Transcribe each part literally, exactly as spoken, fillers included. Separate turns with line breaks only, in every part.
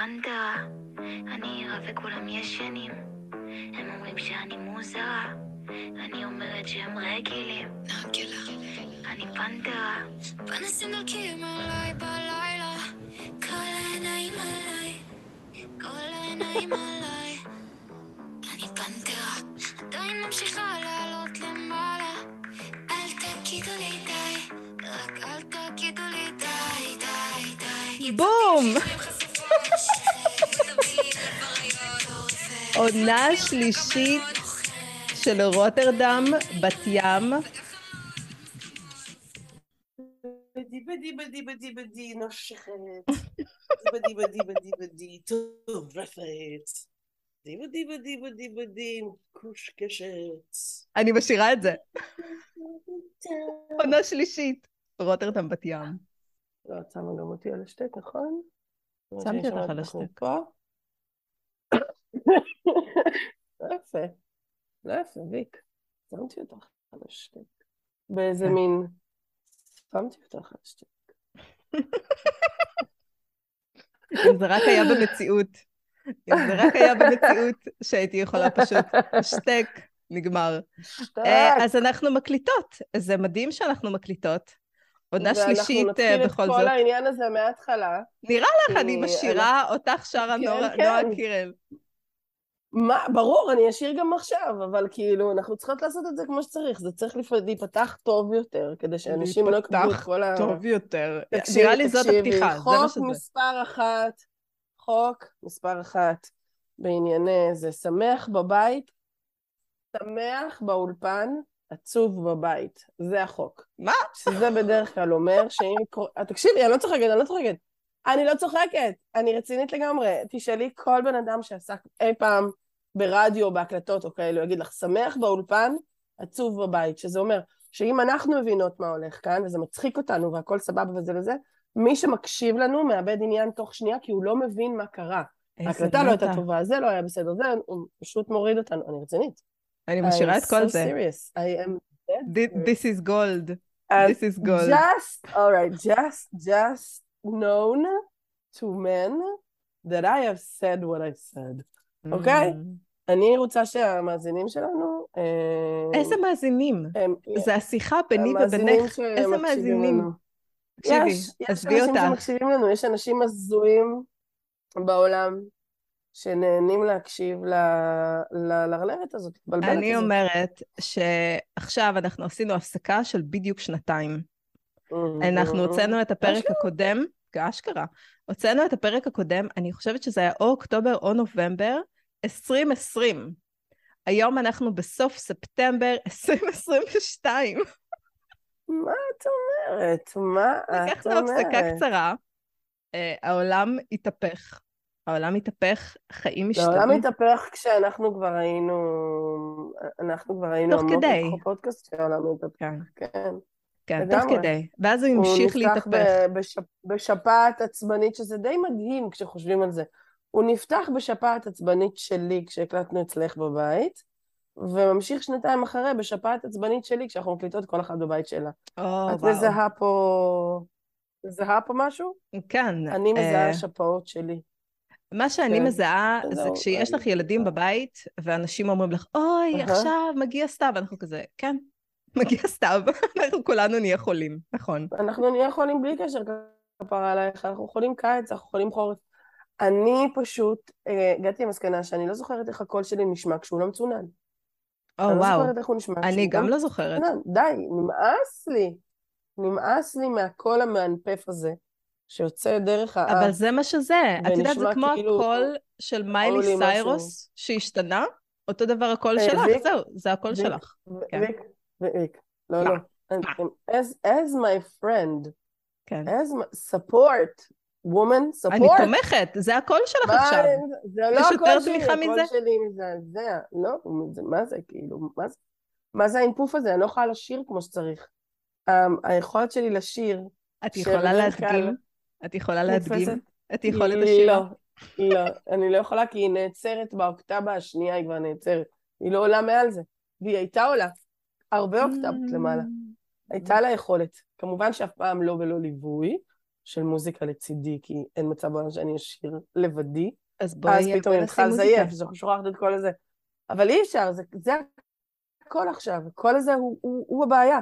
פנתרה, אני ערה וכולם ישנים. הם אומרים שאני מוזרה, אני אומרת שהם רגילים. אני פנתרה. פנסים דולקים עליי בלילה, כל העיניים עליי, כל העיניים עליי. אני פנתרה, עדיין ממשיכה לעלות למעלה. אל תגידו לי די, רק אל תגידו לי די, די, די.
בום! עונה שלישית של רוטרדם, בת ים.
בדי בדי בדי בדי בדי נושכת. בדי בדי בדי בדי טורפת. בדי בדי בדי בדי בדי קושקשת.
אני משאירה את זה. עונה שלישית, רוטרדם, בת ים.
לא, את שמה גם אותי על השתק, נכון?
שמתי אותך על השתק.
לא יפה. לא יפה, ויק. שמתי אותך על השתק. באיזה מין... שמתי אותך על השתק.
אם זה רק היה במציאות. אם זה רק היה במציאות שהייתי יכולה פשוט שתק, נגמר.
שתק.
אז אנחנו מקליטות. זה מדהים שאנחנו מקליטות. עונה שלישית בכל זאת.
ואנחנו נתחיל את כל העניין הזה מההתחלה.
נראה לך, אני משאירה אותך שרה נועה קירל.
מה, ברור, אני אשאיר גם עכשיו, אבל כאילו, אנחנו צריכות לעשות את זה כמו שצריך, זה צריך להיפתח טוב יותר, כדי שאנשים לא יקבלו את כל ה...
להיפתח טוב יותר. נראה לי זאת הפתיחה, זה מה שזה.
חוק מספר אחת, חוק מספר אחת, בענייני זה שמח בבית, שמח באולפן, עצוב בבית, זה החוק.
מה?
שזה בדרך כלל אומר שאם... תקשיבי, אני לא צוחקת, אני לא צוחקת. אני לא צוחקת, אני רצינית לגמרי. תשאלי כל בן אדם שעסק אי פעם ברדיו, בהקלטות או כאלו, יגיד לך, שמח באולפן, עצוב בבית, שזה אומר שאם אנחנו מבינות מה הולך כאן, וזה מצחיק אותנו והכל סבבה וזה וזה, מי שמקשיב לנו מאבד עניין תוך שנייה, כי הוא לא מבין מה קרה. ההקלטה לא הייתה טובה, זה לא היה בסדר, זה הוא פשוט מוריד אותנו, אני רצינית.
אני משאירה את כל זה.
I'm so serious, I am
This is gold. This is gold.
Just, all right, just, just known to men that I have said what I said. אוקיי? אני רוצה שהמאזינים שלנו...
איזה מאזינים? זה השיחה ביני ובינך. איזה מאזינים? תקשיבי, עזבי אותך.
יש אנשים שמקשיבים לנו, יש אנשים הזויים בעולם שנהנים להקשיב לרלרת הזאת.
אני אומרת שעכשיו אנחנו עשינו הפסקה של בדיוק שנתיים. אנחנו הוצאנו את הפרק הקודם, אשכרה, הוצאנו את הפרק הקודם, אני חושבת שזה היה או אוקטובר או נובמבר, עשרים עשרים. היום אנחנו בסוף ספטמבר עשרים עשרים ושתיים.
מה את אומרת? מה את אומרת?
לקחנו הפסקה קצרה, העולם התהפך. העולם התהפך, חיים השתנו.
העולם התהפך כשאנחנו כבר היינו, אנחנו כבר היינו
עמוק בתוך
הפודקאסט שהעולם התהפך.
כן.
כן.
כן, תוך כדי. ואז הוא המשיך להתהפך.
הוא נפתח בשפעת עצבנית, שזה די מדהים כשחושבים על זה. הוא נפתח בשפעת עצבנית שלי כשהקלטנו אצלך בבית, וממשיך שנתיים אחרי בשפעת עצבנית שלי כשאנחנו מקליטות כל אחד בבית שלה. את מזהה פה... מזהה פה משהו?
כן.
אני מזהה שפעות שלי.
מה שאני מזהה זה כשיש לך ילדים בבית, ואנשים אומרים לך, אוי, עכשיו מגיע סתיו, ואנחנו כזה, כן, מגיע סתיו, אנחנו כולנו נהיה חולים, נכון.
אנחנו נהיה חולים בלי קשר כפרה עלייך, אנחנו חולים קיץ, אנחנו חולים חורף. אני פשוט הגעתי למסקנה שאני לא זוכרת איך הקול שלי נשמע כשהוא לא מצונן.
או וואו, אני גם לא זוכרת.
די, נמאס לי, נמאס לי מהקול המענפף הזה. שיוצא דרך האף.
אבל זה מה שזה. את יודעת, זה כמו הקול של מיילי סיירוס שהשתנה, אותו דבר הקול שלך, זהו, זה הקול שלך.
ויק, ויק, לא, לא. As my friend, as support, woman, support.
אני תומכת, זה הקול שלך עכשיו.
זה לא הקול שלי, הקול שלי מזעזע. לא, מה זה כאילו, מה זה האינפוף הזה? אני לא יכולה לשיר כמו שצריך. היכולת שלי לשיר,
את יכולה להדגים? את יכולה להדגים? את יכולת השיר?
לא, לא, אני לא יכולה כי היא נעצרת באוקטבה השנייה, היא כבר נעצרת. היא לא עולה מעל זה. והיא הייתה עולה הרבה אוקטבות למעלה. הייתה לה יכולת. כמובן שאף פעם לא ולא ליווי, של מוזיקה לצידי, כי אין מצב בעולם שאני אשיר לבדי.
אז בואי,
אז פתאום אני צריכה לזייף, זה שוכחת את כל הזה. אבל אי אפשר, זה, זה הכל עכשיו, כל הזה הוא, הוא, הוא הבעיה.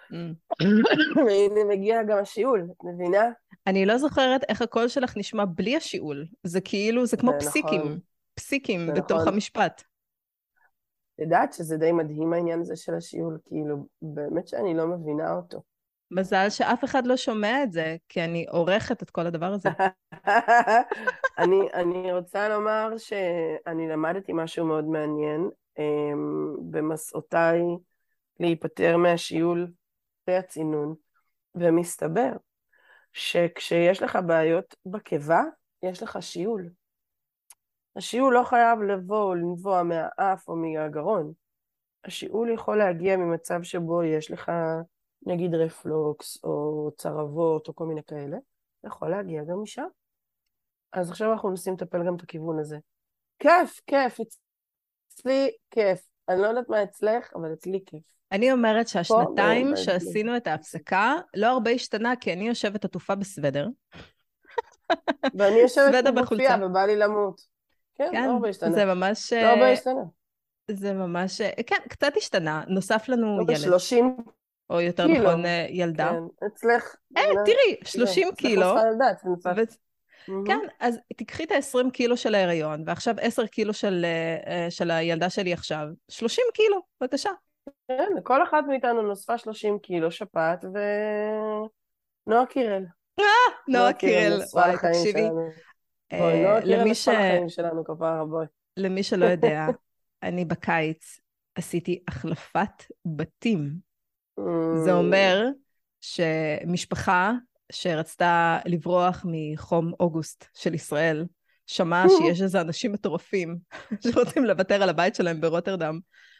והנה מגיע גם השיעול, את מבינה?
אני לא זוכרת איך הקול שלך נשמע בלי השיעול. זה כאילו, זה כמו פסיקים, פסיקים בתוך המשפט.
יודעת שזה די מדהים העניין הזה של השיעול, כאילו, באמת שאני לא מבינה אותו.
מזל שאף אחד לא שומע את זה, כי אני עורכת את כל הדבר הזה.
אני, אני רוצה לומר שאני למדתי משהו מאוד מעניין, במסעותיי להיפטר מהשיעול והצינון, ומסתבר שכשיש לך בעיות בקיבה, יש לך שיעול. השיעול לא חייב לבוא או לנבוע מהאף או מהגרון. השיעול יכול להגיע ממצב שבו יש לך, נגיד רפלוקס או צרבות או כל מיני כאלה, יכול להגיע גם משם. אז עכשיו אנחנו נסים לטפל גם את הכיוון הזה. כיף, כיף, אצלי כיף. אני לא יודעת מה אצלך, אבל אצלי כיף.
אני אומרת שהשנתיים שעשינו את ההפסקה, לא הרבה השתנה, כי אני יושבת עטופה בסוודר.
ואני יושבת בגופייה ובא לי למות. כן, לא הרבה השתנה.
זה ממש...
לא הרבה השתנה.
זה ממש... כן, קצת השתנה. נוסף לנו ילד.
שלושים
או יותר נכון, ילדה.
כן, אצלך...
אה, תראי, שלושים קילו.
אצלך נוספה ילדה, אצלך.
כן, אז תקחי את ה-עשרים קילו של ההיריון, ועכשיו עשר קילו של, של הילדה שלי עכשיו. שלושים קילו, בבקשה.
כן, כל אחד מאיתנו נוספה שלושים קילו שפעת, ונועה קירל.
אה, נועה קירל, וואי, תקשיבי.
בואי, נועה קירל נוספה לחיים שלנו כפרה, בואי.
למי שלא יודע, אני בקיץ עשיתי החלפת בתים. זה אומר שמשפחה שרצתה לברוח מחום אוגוסט של ישראל, שמעה שיש איזה אנשים מטורפים שרוצים לוותר על הבית שלהם ברוטרדם,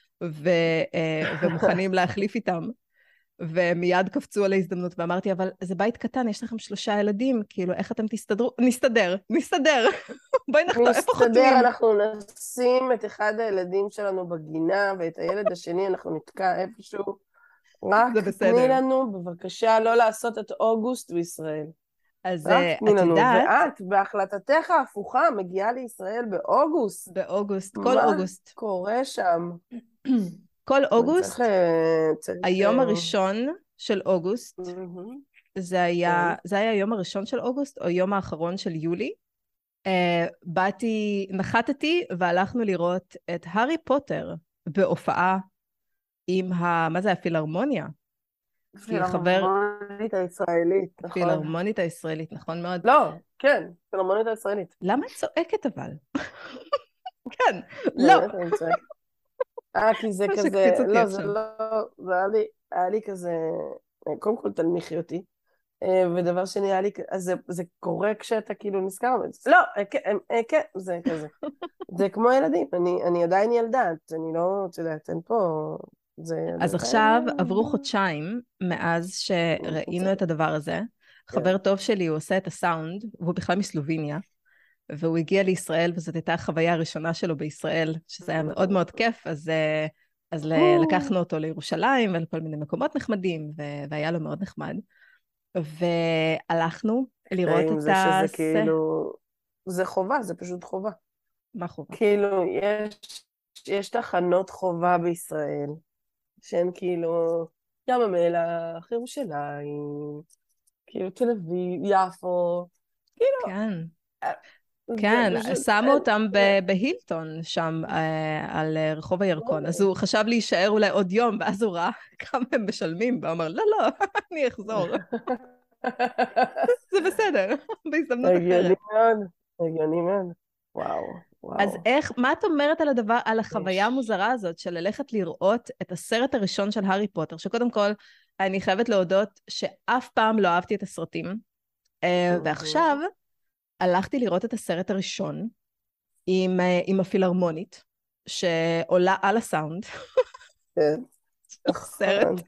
ומוכנים להחליף איתם, ומיד קפצו על ההזדמנות, ואמרתי, אבל זה בית קטן, יש לכם שלושה ילדים, כאילו, איך אתם תסתדרו? נסתדר, נסתדר. בואי נחתור, איפה חותמים?
נסתדר, אנחנו נשים את אחד הילדים שלנו בגינה, ואת הילד השני אנחנו נתקע איפשהו. רק תני לנו, בבקשה, לא לעשות את אוגוסט בישראל.
אז את יודעת...
ואת, בהחלטתך ההפוכה, מגיעה לישראל באוגוסט.
באוגוסט, כל אוגוסט.
מה קורה שם?
כל אוגוסט, היום הראשון של אוגוסט, זה היה היום הראשון של אוגוסט, או יום האחרון של יולי, באתי, נחתתי, והלכנו לראות את הארי פוטר בהופעה, עם ה... מה זה? הפילהרמוניה.
פילהרמונית הישראלית, נכון.
פילהרמונית הישראלית, נכון מאוד.
לא, כן, פילהרמונית הישראלית.
למה את צועקת אבל? כן, לא.
אה, כי זה כזה, לא, זה לא, זה היה לי, היה לי כזה, קודם כל תנמיכי אותי, ודבר שני היה לי, אז זה קורה כשאתה כאילו נזכר, לא, כן, זה כזה. זה כמו ילדים, אני עדיין ילדת, אני לא, את יודעת, אין פה...
אז עכשיו עברו חודשיים מאז שראינו את הדבר הזה. חבר טוב שלי, הוא עושה את הסאונד, והוא בכלל מסלובניה, והוא הגיע לישראל, וזאת הייתה החוויה הראשונה שלו בישראל, שזה היה מאוד מאוד כיף, אז, אז לקחנו אותו לירושלים ולכל מיני מקומות נחמדים, והיה לו מאוד נחמד. והלכנו לראות את ה...
שזה כאילו... זה חובה, זה פשוט חובה.
מה חובה?
כאילו, יש, יש תחנות חובה בישראל, שהן כאילו ים המלח, ירושלים, כאילו תל אביב, יפו, כאילו...
כן, כן, שמו אותם בהילטון שם על רחוב הירקון, אז הוא חשב להישאר אולי עוד יום, ואז הוא ראה כמה הם משלמים, והוא אמר, לא, לא, אני אחזור. זה בסדר, בהזדמנות אחרת.
הגיוני מאוד, הגיוני מאוד, וואו.
אז איך, מה את אומרת על הדבר, על החוויה המוזרה הזאת של ללכת לראות את הסרט הראשון של הארי פוטר, שקודם כל אני חייבת להודות שאף פעם לא אהבתי את הסרטים, ועכשיו הלכתי לראות את הסרט הראשון עם, עם הפילהרמונית, שעולה על הסאונד, סרט,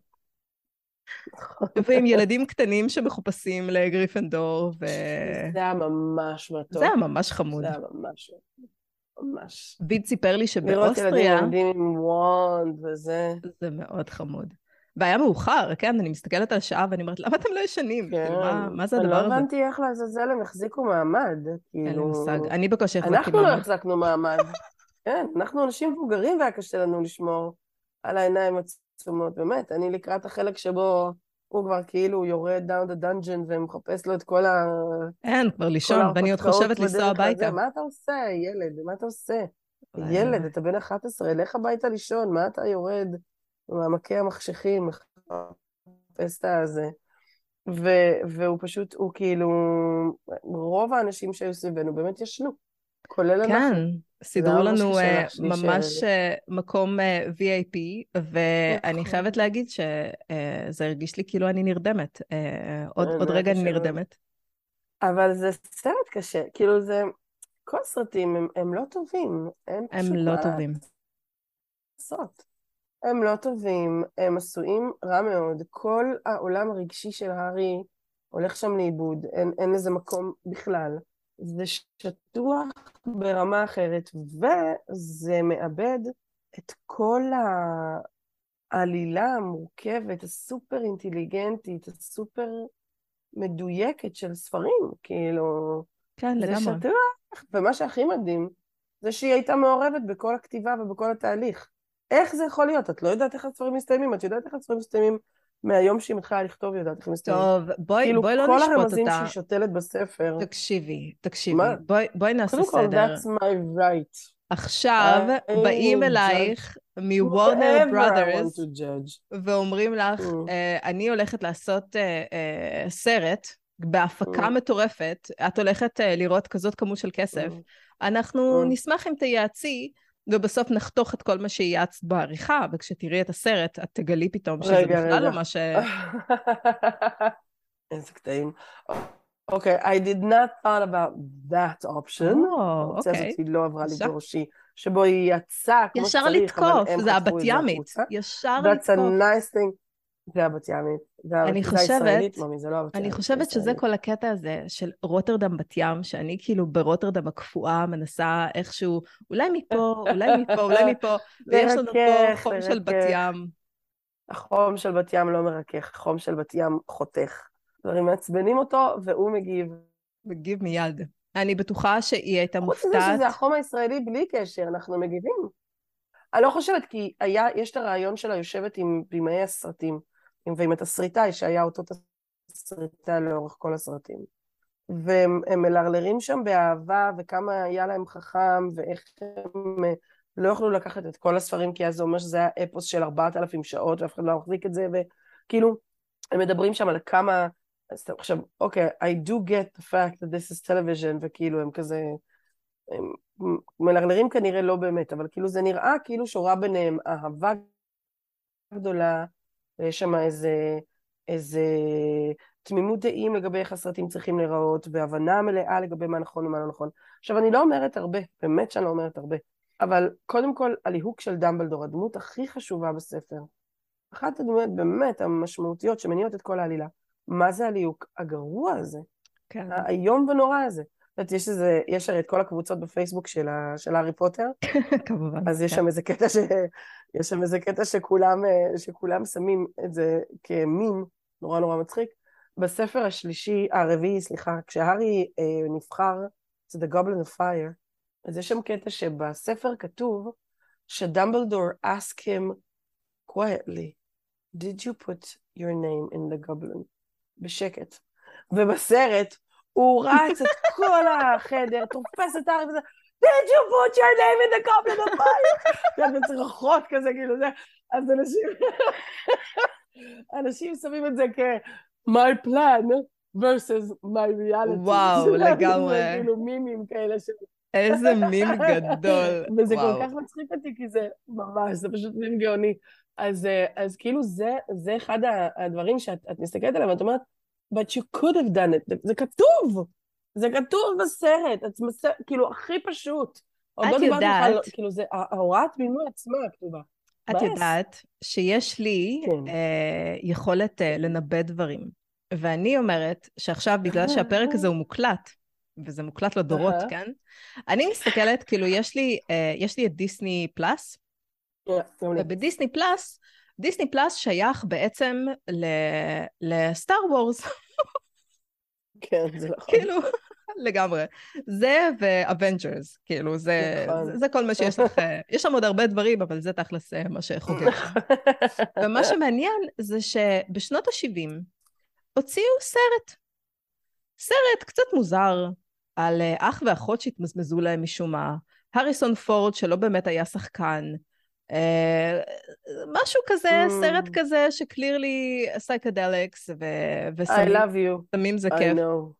ועם ילדים קטנים שמחופשים לגריפנדור, ו...
זה היה ממש מתוק.
זה היה ממש חמוד.
זה היה ממש... ממש.
ויד סיפר לי שבאוסטריה...
לראות ילדים עומדים עם וונד וזה...
זה מאוד חמוד. והיה מאוחר, כן? אני מסתכלת על השעה ואני אומרת, למה אתם לא ישנים?
כן.
כאילו, מה, מה זה
אני
הדבר
לא
הזה?
הבנתי איך לעזאזל הם החזיקו מעמד,
אין לי
כאילו...
מושג. אני בקושי החזקתי
אנחנו לא
מעמד.
החזקנו מעמד. כן, אנחנו אנשים מבוגרים והיה קשה לנו לשמור על העיניים עצומות, באמת. אני לקראת החלק שבו הוא כבר כאילו יורד down the dungeon ומחפש לו את כל ה...
אין, כבר
כל
לישון, ואני עוד
ההרפתקאות
חושבת לנסוע
בדרך
הביתה.
לזה. מה אתה עושה, ילד? מה אתה עושה?
וואי,
ילד,
וואי.
אתה בן אחת עשרה, לך הביתה לישון, מה אתה יורד ממעמקי המחשכים, מחפש את הזה. ו- והוא פשוט, הוא כאילו, רוב האנשים שהיו סביבנו באמת ישנו, כולל
כן,
אנחנו. זה
סידרו
היה ממש
לנו
קשה
אה,
להשליש...
ממש אה, מקום אה, וי איי פי, ואני
נכון.
חייבת להגיד שזה הרגיש לי כאילו אני נרדמת. אה, עוד
כן,
עוד
זה היה
רגע אני
קשה מאוד.
נרדמת.
אבל זה סרט קשה, כאילו זה, כל הסרטים הם, הם לא טובים, הם
הם
פשוט
לא
מה
טובים.
לעשות. הם לא טובים, הם עשויים רע מאוד. כל העולם הרגשי של הארי הולך שם לאיבוד, אין, אין לזה מקום בכלל. זה שטוח ברמה אחרת, וזה מאבד את כל העלילה המורכבת, הסופר אינטליגנטית, הסופר מדויקת של ספרים, כאילו,
כן,
זה
לגמרי.
שטוח. ומה שהכי מדהים, זה שהיא הייתה מעורבת בכל הכתיבה ובכל התהליך. איך זה יכול להיות? את לא יודעת איך הספרים מסתיימים, את יודעת איך הספרים מסתיימים מהיום שהיא מתחילה לכתוב, יודעת איך הם מסתיימים.
טוב, בואי,
כאילו,
בואי לא
כל
נשפוט
הרמזים
אותה.
שהיא שותלת בספר,
תקשיבי, תקשיבי.
מה?
בואי, בואי נעשה
קודם כל,
סדר.
that's my right.
עכשיו
I
באים
will
אלייך
judge
מוורנר
whoever I want
ברודרס,
to judge.
ואומרים לך,
Mm.
אה, אני הולכת לעשות אה, אה, סרט בהפקה
Mm.
מטורפת, את הולכת אה, לראות כזאת כמות של כסף,
Mm.
אנחנו
Mm.
נשמח אם תייעצי, ובסוף נחתוך את כל מה שייעצת בעריכה, וכשתראי את הסרט, את תגלי פתאום שזה
רגע,
בכלל
רגע.
לא מה ש...
איזה קטעים. אוקיי, I did not thought about that option.
או,
האופציה הזאת
אוקיי.
היא לא עברה לי
בבקשה.
בראשי, שבו היא יצאה כמו
ישר
שצריך, אבל
לתקוף,
הם
זה
חטפו את זה
הבת-ימית,
החוצה.
ישר
That's a
לתקוף.
nice thing. זה הבת-ימית. זה
אני
הבת- זה
חושבת,
הישראלית, ממי, זה לא הבת-ימית.
אני
זה
חושבת שזה
הישראלית.
כל הקטע הזה של רוטרדם בת ים, שאני כאילו ברוטרדם הקפואה מנסה איכשהו, אולי מפה, אולי מפה, אולי מפה, ויש לנו פה
לרכך,
חום של בת
לרכך.
ים.
החום של בת ים לא מרכך, החום של בת ים חותך. דברים מעצבנים אותו, והוא מגיב.
מגיב מיד. אני בטוחה שהיא הייתה
חוץ מזה
מופתעת.
שזה החום הישראלי בלי קשר, אנחנו מגיבים. אני לא חושבת, כי היה, יש את הרעיון שלה יושבת עם בימאי הסרטים, ועם התסריטאי, שהיה אותו תסריטאי לאורך כל הסרטים. והם הם מלרלרים שם באהבה, וכמה היה להם חכם, ואיך הם לא יכלו לקחת את כל הספרים, כי אז זה אומר שזה היה אפוס של ארבעת אלפים שעות, ואף אחד לא מחזיק את זה, וכאילו, הם מדברים שם על כמה... עכשיו, אוקיי, I do get the fact that this is television, וכאילו הם כזה... הם מלרלרים כנראה לא באמת, אבל כאילו זה נראה כאילו שורה ביניהם אהבה גדולה, ויש שם איזה, איזה תמימות דעים לגבי איך הסרטים צריכים להיראות, והבנה מלאה לגבי מה נכון ומה לא נכון. עכשיו, אני לא אומרת הרבה, באמת שאני לא אומרת הרבה, אבל קודם כל, הליהוק של דמבלדור, הדמות הכי חשובה בספר, אחת הדמויות באמת המשמעותיות שמניעות את כל העלילה, מה זה הליהוק הגרוע הזה?
כן.
האיום ונורא הזה. יש איזה, יש הרי את כל הקבוצות בפייסבוק של, ה, של הארי פוטר,
כמובן.
אז יש
כן.
שם איזה קטע ש... יש שם איזה קטע שכולם, שכולם שמים את זה כמים, נורא נורא מצחיק. בספר השלישי, הרביעי, סליחה, כשהארי אה, נבחר, זה The Goblet of Fire, אז יש שם קטע שבספר כתוב, שדמבלדור ask him quietly, did you put your name in the goblin? בשקט. ובסרט, הוא רץ את כל החדר, תופס את הארי וזה, did you put your name in the goblet of fire? זה בצרחות כזה, כאילו זה, אז אנשים, אנשים שמים את זה כ-my plan versus my reality.
וואו, לגמרי.
זה כאילו מימים כאלה ש...
איזה מים גדול.
וזה
וואו.
כל כך מצחיק אותי, כי זה ממש, זה פשוט מים גאוני. אז, אז כאילו זה, זה אחד הדברים שאת את מסתכלת עליהם, ואת אומרת, but you could have done it, זה כתוב, זה כתוב בסרט, את מסר, כאילו הכי פשוט.
את יודעת,
על, כאילו זה, ההוראת בימוי עצמה כתובה.
את
בס.
יודעת שיש לי
כן.
אה, יכולת אה, לנבא דברים, ואני אומרת שעכשיו בגלל שהפרק הזה הוא מוקלט, וזה מוקלט לדורות,
אהה.
כן? אני מסתכלת, כאילו יש לי, אה, יש לי את דיסני פלאס,
Yeah,
ובדיסני פלאס, דיסני פלאס שייך בעצם לסטאר וורס.
כן, זה נכון.
כאילו, לגמרי. זה ואבנג'רס, כאילו, זה,
נכון.
זה, זה כל מה שיש לך. יש שם עוד הרבה דברים, אבל זה תכלס מה שחוגג. ומה שמעניין זה שבשנות ה-שבעים הוציאו סרט. סרט קצת מוזר על אח ואחות שהתמזמזו להם משום מה. הריסון פורד שלא באמת היה שחקן. משהו כזה, סרט כזה שקלירלי סייקדליקס וסמים זה כיף.
I know.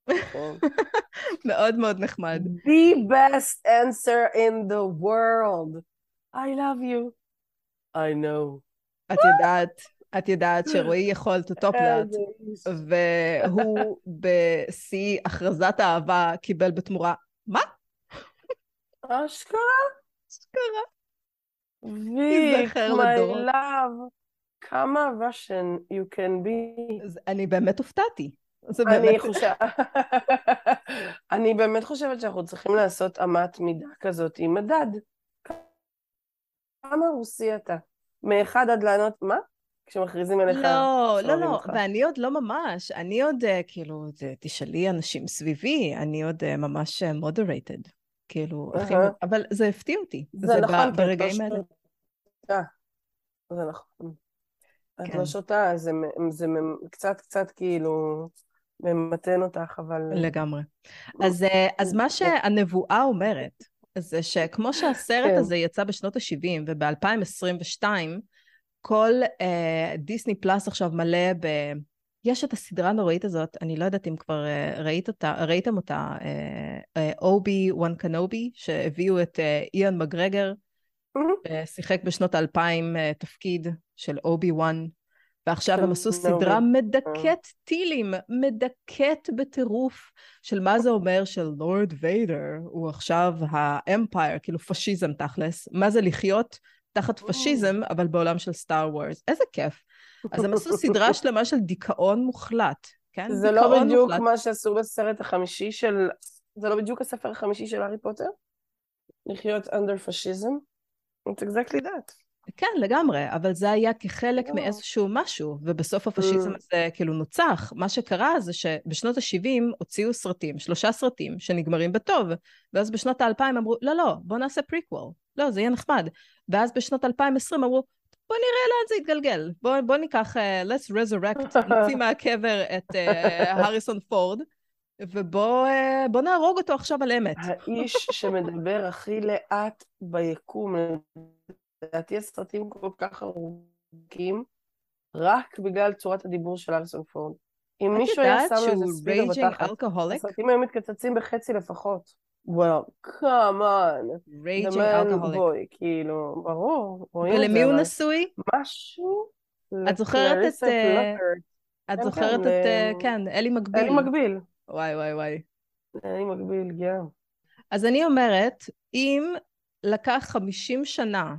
מאוד מאוד נחמד.
The best answer in the world. I love you. I know.
את יודעת, את יודעת שרועי יכול to top that, והוא בשיא הכרזת האהבה קיבל בתמורה. מה?
אשכרה?
אשכרה.
ויק, my love. כמה Russian you can be.
אני באמת הופתעתי.
אני חושבת... אני באמת חושבת שאנחנו צריכים לעשות אמת מידה כזאת עם מדד. כמה רוסי אתה? מאחד עד לענות, מה? כשמכריזים עליך...
לא, לא, לא, ואני עוד לא ממש. אני עוד, כאילו, תשאלי אנשים סביבי, אני עוד ממש moderated. כאילו, אבל זה הפתיע אותי.
זה נכון,
ברגעים האלה.
זה נכון. את לא שותה, זה קצת קצת כאילו ממתן אותך, אבל...
לגמרי. אז מה שהנבואה אומרת, זה שכמו שהסרט הזה יצא בשנות ה-שבעים, וב-אלפיים עשרים ושתיים, כל דיסני פלאס עכשיו מלא ב... יש את הסדרה הנוראית הזאת, אני לא יודעת אם כבר ראית אותה, ראיתם אותה, אובי וואן קנובי, שהביאו את איאן מגרגר, שיחק בשנות האלפיים תפקיד של אובי וואן, ועכשיו הם עשו סדרה מדכאת טילים, מדכאת בטירוף, של מה זה אומר של לורד ויידר, הוא עכשיו האמפייר, כאילו פשיזם תכלס, מה זה לחיות תחת פשיזם, אבל בעולם של סטאר וורס, איזה כיף. אז הם עשו סדרה שלמה של דיכאון מוחלט, כן?
זה לא בדיוק מה שעשו בסרט החמישי של, זה לא בדיוק הספר החמישי של הארי פוטר? לחיות under פשיזם? It's exactly that.
כן, לגמרי, אבל זה היה כחלק מאיזשהו משהו, ובסוף הפשיזם הזה כאילו נוצח. מה שקרה זה שבשנות ה-שבעים הוציאו סרטים, שלושה סרטים שנגמרים בטוב, ואז בשנות ה-אלפיים אמרו, לא, לא, בוא נעשה פריקוול, לא, זה יהיה נחמד. ואז בשנות אלפיים ועשרים אמרו, בוא נראה לאן זה יתגלגל, בוא, בוא ניקח, uh, let's resurrect, נוציא מהקבר את הריסון uh, פורד, ובוא uh, בוא נהרוג אותו עכשיו על אמת.
האיש שמדבר הכי לאט ביקום, לדעתי הסרטים כל כך ארוכים, רק בגלל צורת הדיבור של הריסון פורד. אם מישהו היה שם לזה ספיגר בתחת, הסרטים היו מתקצצים בחצי לפחות. Well, come on.
Raging alcoholic.
boy, כאילו, ברור.
ולמי הוא נשוי?
משהו.
את זוכרת את... את זוכרת את... כן, אלי מקביל.
אלי מקביל.
וואי, וואי, וואי.
אלי מקביל, גם.
אז אני אומרת, אם לקח חמישים שנה,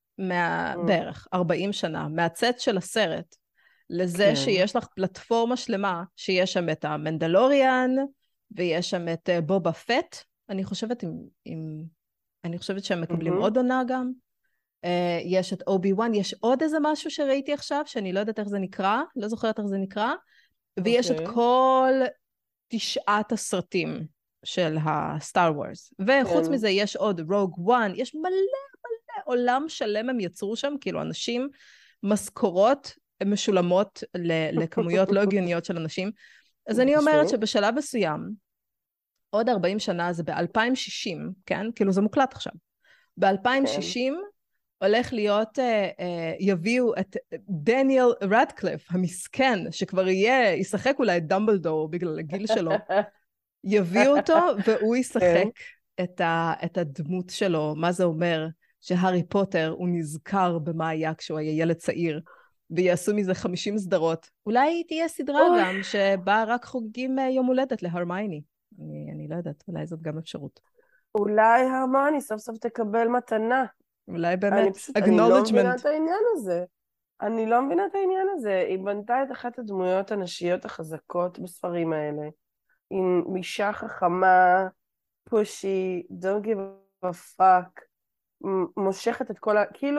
בערך ארבעים שנה, מהצאת של הסרט, לזה שיש לך פלטפורמה שלמה, שיש שם את המנדלוריאן, ויש שם את בובה פט, אני חושבת עם, עם, אני חושבת שהם מקבלים mm-hmm. עוד עונה גם. Uh, יש את אובי וואן, יש עוד איזה משהו שראיתי עכשיו, שאני לא יודעת איך זה נקרא, לא זוכרת איך זה נקרא, ויש okay. את כל תשעת הסרטים של הסטאר וורס. וחוץ okay. מזה יש עוד רוג וואן, יש מלא מלא עולם שלם הם יצרו שם, כאילו אנשים, משכורות משולמות לכמויות לא הגיוניות של אנשים. אז אני אומרת שבשלב מסוים, עוד ארבעים שנה, זה ב-אלפיים ושישים, כן? כאילו זה מוקלט עכשיו. ב-אלפיים ושישים הולך להיות, יביאו את דניאל רדקליף, המסכן, שכבר יהיה, ישחק אולי את דמבלדור בגלל הגיל שלו, יביאו אותו והוא ישחק את הדמות שלו, מה זה אומר? שהארי פוטר הוא נזכר במה היה כשהוא היה ילד צעיר, ויעשו מזה חמישים סדרות. אולי תהיה סדרה גם שבה רק חוגגים יום הולדת להרמייני. אני, אני לא יודעת, אולי זאת גם אפשרות.
אולי הרמייני סוף סוף תקבל מתנה.
אולי באמת,
אני פשוט, אני לא מבינה את העניין הזה. אני לא מבינה את העניין הזה. היא בנתה את אחת הדמויות הנשיות החזקות בספרים האלה. היא אישה חכמה, פושי, don't give a fuck, מושכת את כל ה... כאילו,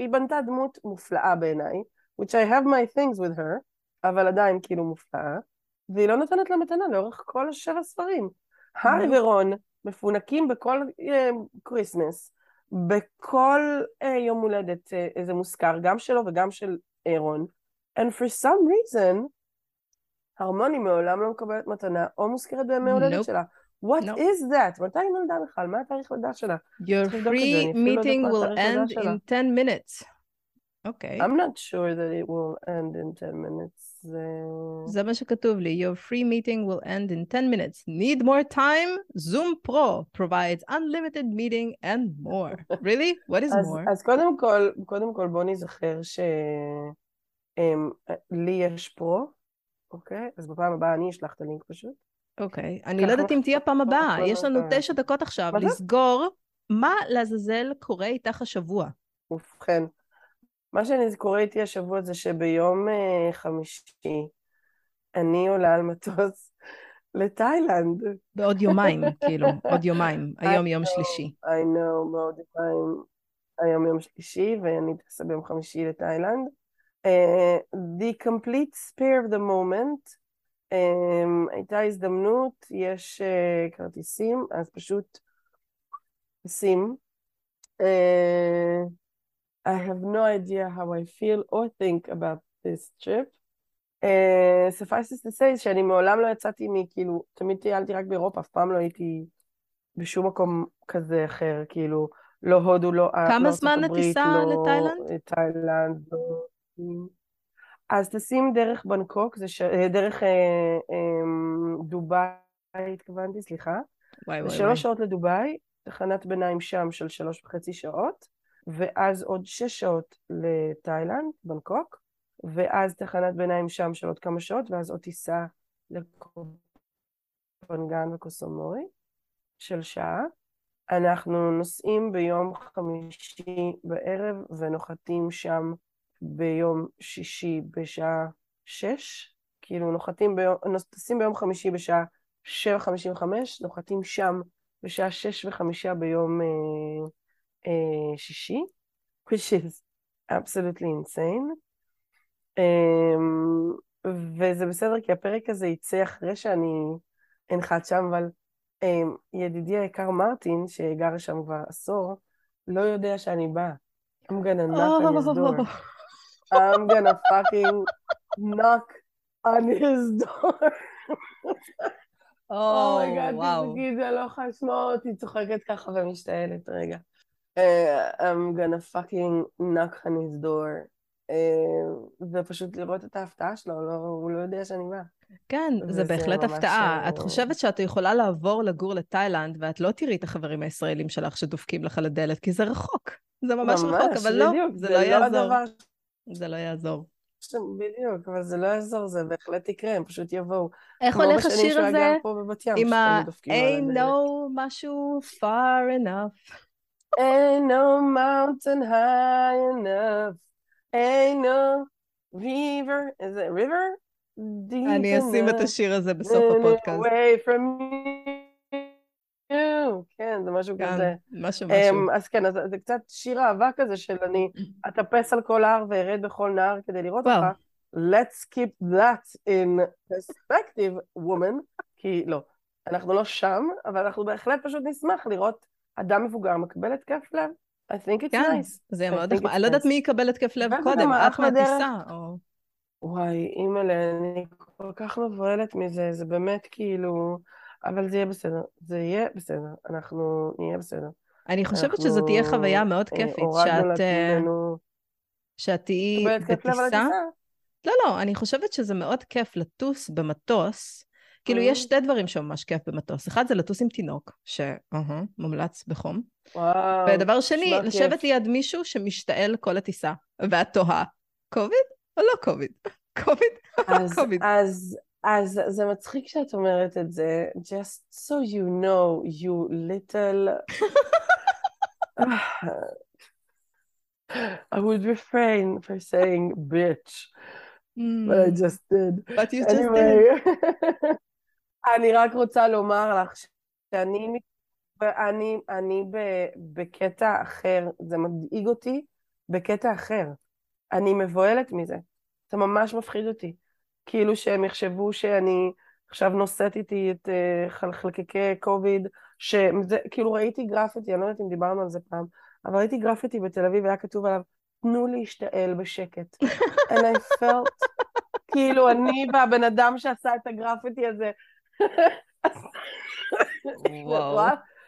היא בנתה דמות מופלאה בעיניי, which I have my things with her, אבל עדיין כאילו מופלאה, והיא לא נותנת לה מתנה לאורך כל השבע ספרים. הארי ורון מפונקים בכל קריסמס, בכל uh, יום הולדת uh, איזה מוזכר, גם שלו וגם של רון, and for some reason, הרמוני מעולם לא מקבלת מתנה, או מוזכרת בימי הולדת
Nope.
שלה. What
Nope.
is that? מתי היא נולדה בכלל? מה התאריך לידה שלה?
Your free meeting will end in ten minutes. Okay.
I'm not sure that it will end in ten minutes.
זה מה שכתוב לי. Your free meeting will end in ten minutes. Need more time? Zoom Pro provides unlimited meeting and more. Really? What is more?
אז קודם כל, קודם כל בוא נזכר שלי יש פרו, אוקיי? אז בפעם הבאה אני אשלח את הלינק פשוט.
אוקיי. אני לא יודעת אם תהיה פעם הבאה. יש לנו תשע דקות עכשיו לסגור. מה לעזאזל קורה איתך השבוע?
ובכן. מה שאני קורא איתי השבוע זה שביום uh, חמישי אני עולה על מטוס לתאילנד.
בעוד יומיים, כאילו, עוד יומיים. היום יום שלישי.
I know, בעוד יומיים. היום יום שלישי, ואני אתעשה ביום חמישי לתאילנד. Uh, the complete spare of the moment. Um, הייתה הזדמנות, יש uh, כרטיסים, אז פשוט שים. Uh, I have no idea how I feel or think about this trip. Uh, suffice to say שאני מעולם לא יצאתי מכאילו, תמיד טיילתי רק באירופה, אף פעם לא הייתי בשום מקום כזה אחר, כאילו, לא הודו, לא ארצות הברית,
כמה זמן הטיסה לתאילנד?
לא תאילנד, לא... אז תשים דרך בנקוק, זה ש... דרך אה, אה, דובאי, התכוונתי, סליחה.
וואי,
זה
וואי,
שלוש
וואי.
שעות לדובאי, תחנת ביניים שם של שלוש וחצי שעות, ואז עוד שש שעות לתאילנד, בנקוק, ואז תחנת ביניים שם של עוד כמה שעות, ואז עוד טיסה לקופנגן וקוסומורי של שעה. אנחנו נוסעים ביום חמישי בערב ונוחתים שם ביום שישי בשעה שש, כאילו נוחתים ביום, נוסעים ביום חמישי בשעה שבע חמישים וחמש, נוחתים שם בשעה שש וחמישה ביום אה, אה, שישי, which is absolutely insane. אה, וזה בסדר כי הפרק הזה יצא אחרי שאני אנחת שם, אבל אה, ידידי היקר מרטין, שגר שם כבר עשור, לא יודע שאני באה. I'm gonna knock on his door. I'm gonna fucking knock on his door. אומייגאד, תגיד, זה לא יכולה לשמוע אותי, צוחקת ככה ומשתעלת, רגע. I'm gonna fucking knock on his door. ופשוט לראות את ההפתעה שלו, הוא לא יודע שאני באה.
כן, זה בהחלט הפתעה. את חושבת שאת יכולה לעבור לגור לתאילנד, ואת לא תראי את החברים הישראלים שלך שדופקים לך לדלת, כי זה רחוק. זה ממש רחוק, אבל לא, זה לא יעזור. זה לא יעזור.
בדיוק, אבל זה לא יעזור, זה בהחלט יקרה, הם פשוט יבואו.
איך הולך השיר הזה? עם ה- Ain't no משהו far enough.
Ain't no mountain high enough. Ain't no river. is it river?
אני אשים את השיר הזה בסוף הפודקאסט.
Away from you. כן, זה משהו כזה.
משהו משהו.
אז כן, זה קצת שיר אהבה כזה של אני אטפס על כל הר וארד בכל נהר כדי לראות אותך. Let's keep that in perspective, woman. כי לא, אנחנו לא שם, אבל אנחנו בהחלט פשוט נשמח לראות אדם מבוגר מקבל התקף לב. I think it's nice.
זה יהיה מאוד נחמד. אני לא יודעת מי יקבל התקף לב קודם, את מהטיסה או...
וואי, אימא'לה, אני כל כך מבוהלת מזה, זה באמת כאילו... אבל זה יהיה בסדר, זה יהיה בסדר, אנחנו נהיה בסדר.
אני חושבת שזאת תהיה חוויה מאוד כיפית, שאת תהיי בטיסה. לא, לא, אני חושבת שזה מאוד כיף לטוס במטוס, כאילו יש שתי דברים שממש כיף במטוס, אחד זה לטוס עם תינוק, שמומלץ בחום, ודבר שני, לשבת ליד מישהו שמשתעל כל הטיסה, ואת תוהה, קוביד או לא קוביד? קוביד או לא קוביד?
אז... אז זה מצחיק שאת אומרת את זה, just so you know, you little... I would refrain for saying bitch, mm. but I just did.
But you
anyway,
just did.
אני רק רוצה לומר לך שאני אני, אני בקטע אחר, זה מדאיג אותי בקטע אחר. אני מבועלת מזה. זה ממש מפחיד אותי. כאילו שהם יחשבו שאני עכשיו נושאת איתי את uh, חלקיקי קוביד, שזה, כאילו ראיתי גרפיטי, אני לא יודעת אם דיברנו על זה פעם, אבל ראיתי גרפיטי בתל אביב, היה כתוב עליו, תנו להשתעל בשקט. And I felt, כאילו אני והבן אדם שעשה את הגרפיטי הזה.
וואו.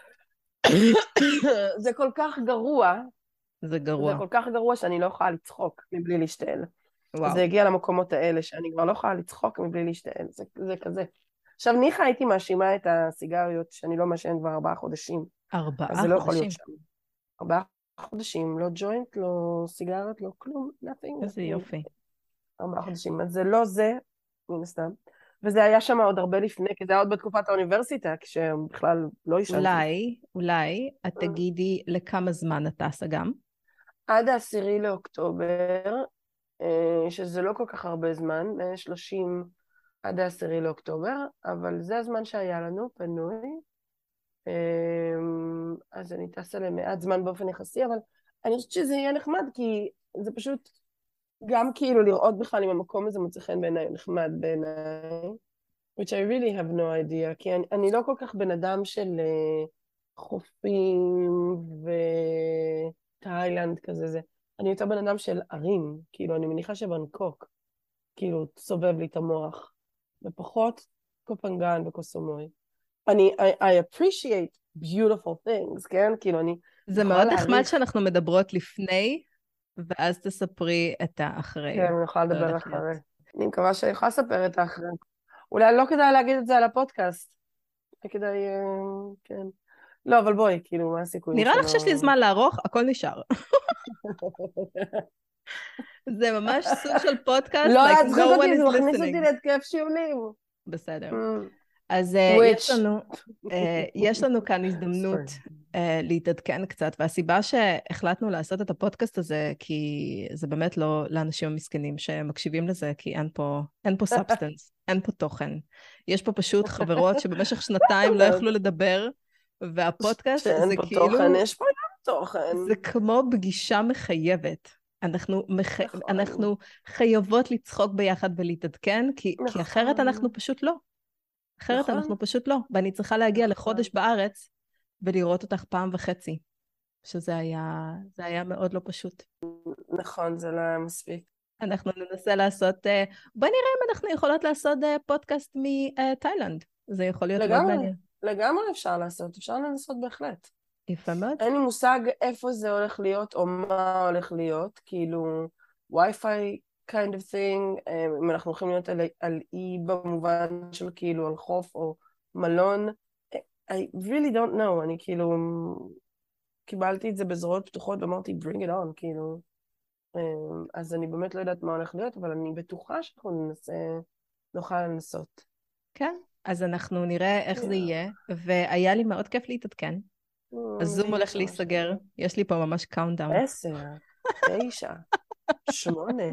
זה כל כך גרוע.
זה גרוע.
זה כל כך גרוע שאני לא יכולה לצחוק מבלי להשתעל.
וואו.
זה הגיע למקומות האלה שאני כבר לא יכולה לצחוק מבלי להשתעל. זה, זה כזה. עכשיו, ניחא הייתי מאשימה את הסיגריות שאני לא מעשן כבר ארבעה חודשים.
ארבעה
אז זה לא יכול
חודשים.
להיות שם. ארבעה חודשים, לא ג'וינט, לא סיגריות, לא כלום, nothing.
איזה יופי.
ארבעה חודשים. אז זה לא זה, מן הסתם. וזה היה שם עוד הרבה לפני, כי זה היה עוד בתקופת האוניברסיטה, כשבכלל לא ישנתי.
אולי, אולי, את תגידי לכמה זמן את טסה גם?
עד העשירי לאוקטובר, שזה לא כל כך הרבה זמן, שלושים עד העשירי לאוקטובר, אבל זה הזמן שהיה לנו, פנוי. אז אני טסה למעט זמן באופן יחסי, אבל אני חושבת שזה יהיה נחמד, כי זה פשוט גם כאילו לראות בכלל אם המקום הזה מוצא חן בעיניי, נחמד בעיניי, which I really have no idea, כי אני, אני לא כל כך בן אדם של uh, חופים ותאילנד כזה זה. אני יותר בן אדם של ערים, כאילו אני מניחה שבנקוק, כאילו סובב לי את המוח, ופחות קופנגן וקוסומוי. אני, I, I appreciate beautiful things, כן? כאילו אני...
זה מאוד נחמד שאנחנו מדברות לפני, ואז תספרי את האחרי.
כן, אני יכולה לדבר אחרי. אני מקווה שאני יכולה לספר את האחרי. אולי לא כדאי להגיד את זה על הפודקאסט. כדאי, כן. לא, אבל בואי, כאילו, מה הסיכוי?
נראה לך שיש לי זמן לערוך, הכל נשאר. זה ממש סוג של פודקאסט,
לא,
like
את זוכרת
no one
אותי,
is
זה מכניס אותי
listening.
להתקף שיעולים.
בסדר.
Mm.
אז יש לנו, יש לנו כאן הזדמנות להתעדכן קצת, והסיבה שהחלטנו לעשות את הפודקאסט הזה, כי זה באמת לא לאנשים המסכנים שמקשיבים לזה, כי אין פה, אין פה סאבסטנס, אין פה תוכן. יש פה פשוט חברות שבמשך שנתיים לא יכלו לדבר, והפודקאסט זה כאילו...
תוכן, יש פה גם תוכן.
זה כמו פגישה מחייבת. אנחנו, מח... אנחנו חייבות לצחוק ביחד ולהתעדכן, כי, כי אחרת אנחנו פשוט לא. אחרת
נכון.
אנחנו פשוט לא, ואני צריכה להגיע נכון. לחודש בארץ, ולראות אותך פעם וחצי, שזה היה, זה היה מאוד לא פשוט.
נכון, זה לא היה מספיק.
אנחנו ננסה לעשות, בואי נראה אם אנחנו יכולות לעשות פודקאסט מתאילנד, זה יכול להיות מאוד מעניין.
לגמרי אפשר לעשות, אפשר לנסות בהחלט.
יפה מאוד.
אין לי מושג איפה זה הולך להיות, או מה הולך להיות, כאילו, וי-פיי, kind of thing, אם אנחנו הולכים להיות על, על אי במובן של כאילו על חוף או מלון, I really don't know, אני כאילו קיבלתי את זה בזרועות פתוחות ואמרתי bring it on, כאילו, אז אני באמת לא יודעת מה הולך להיות, אבל אני בטוחה שאנחנו ננסה, נוכל לנסות.
כן, אז אנחנו נראה איך זה יהיה, והיה לי מאוד כיף להתעדכן. הזום הולך להיסגר, יש לי פה ממש קאונטדאון.
עשר, תשע, שמונה.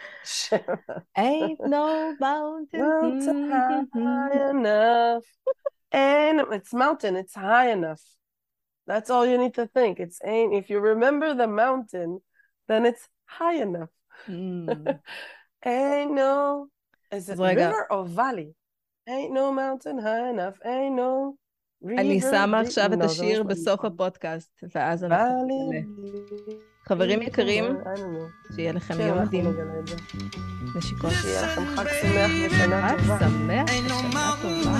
Ain't no mountain,
mountain high enough. And it's mountain, it's high enough. That's all you need to think. It's ain't. If you remember the mountain, then it's high enough.
Mm.
Ain't no. Is it river or valley? Ain't no mountain high enough. Ain't no.
אני שמה עכשיו את השיר בסוף הפודקאסט, ואז אנחנו נגלה. חברים יקרים, שיהיה לכם יום מדהים. נשיקות.
שיהיה לכם חג שמח ושנה טובה.
חג שמח ושנה טובה.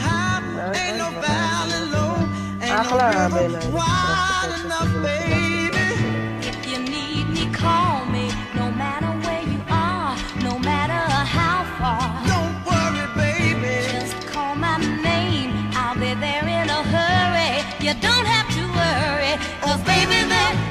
אחלה בעיניי.
If you need me, call me, no matter where you are, no matter how far.
Don't worry, baby.
Just call my name, I'll be there in a hurry. You don't have to worry, 'cause baby, there